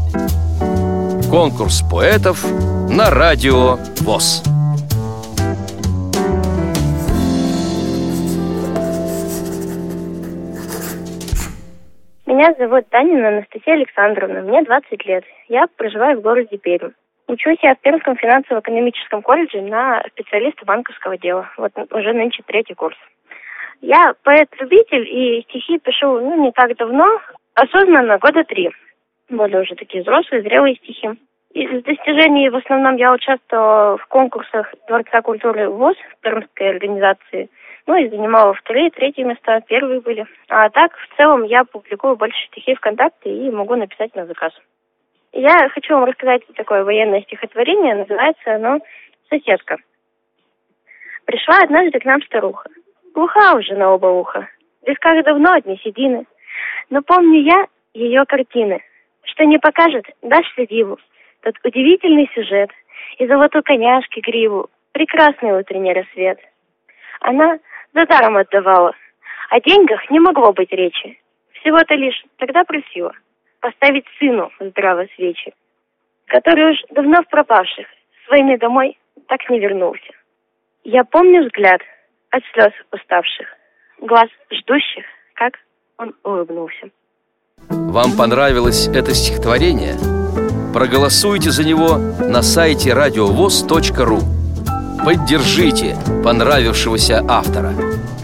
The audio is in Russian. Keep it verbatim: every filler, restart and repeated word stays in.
Конкурс поэтов на радио ВОС. Меня зовут Танина Анастасия Александровна, мне двадцать лет. Я проживаю в городе Пермь. Учусь я в Пермском финансово-экономическом колледже на специалиста банковского дела. Вот уже нынче третий курс. Я поэт-любитель и стихи пишу, ну, не так давно, осознанно, года три. Более уже такие взрослые, зрелые стихи. Из достижений в основном я участвовала в конкурсах Дворца культуры ВОС, пермской организации. Ну и занимала вторые, третьи места, первые были. А так, в целом, я публикую больше стихи ВКонтакте и могу написать на заказ. Я хочу вам рассказать такое военное стихотворение, называется оно «Соседка». Пришла однажды к нам старуха, глуха уже на оба уха, в висках давно одни седины. Но помню я ее картины, что не покажет, дашься диву, тот удивительный сюжет и золоту коняшки гриву, прекрасный утренний рассвет. Она за даром отдавала, о деньгах не могло быть речи, всего-то лишь тогда просила поставить сыну здраво свечи, который уж давно в пропавших с войны домой так не вернулся. Я помню взгляд от слез уставших, глаз ждущих, как он улыбнулся. Вам понравилось это стихотворение? Проголосуйте за него на сайте радиовос точка ру. Поддержите понравившегося автора.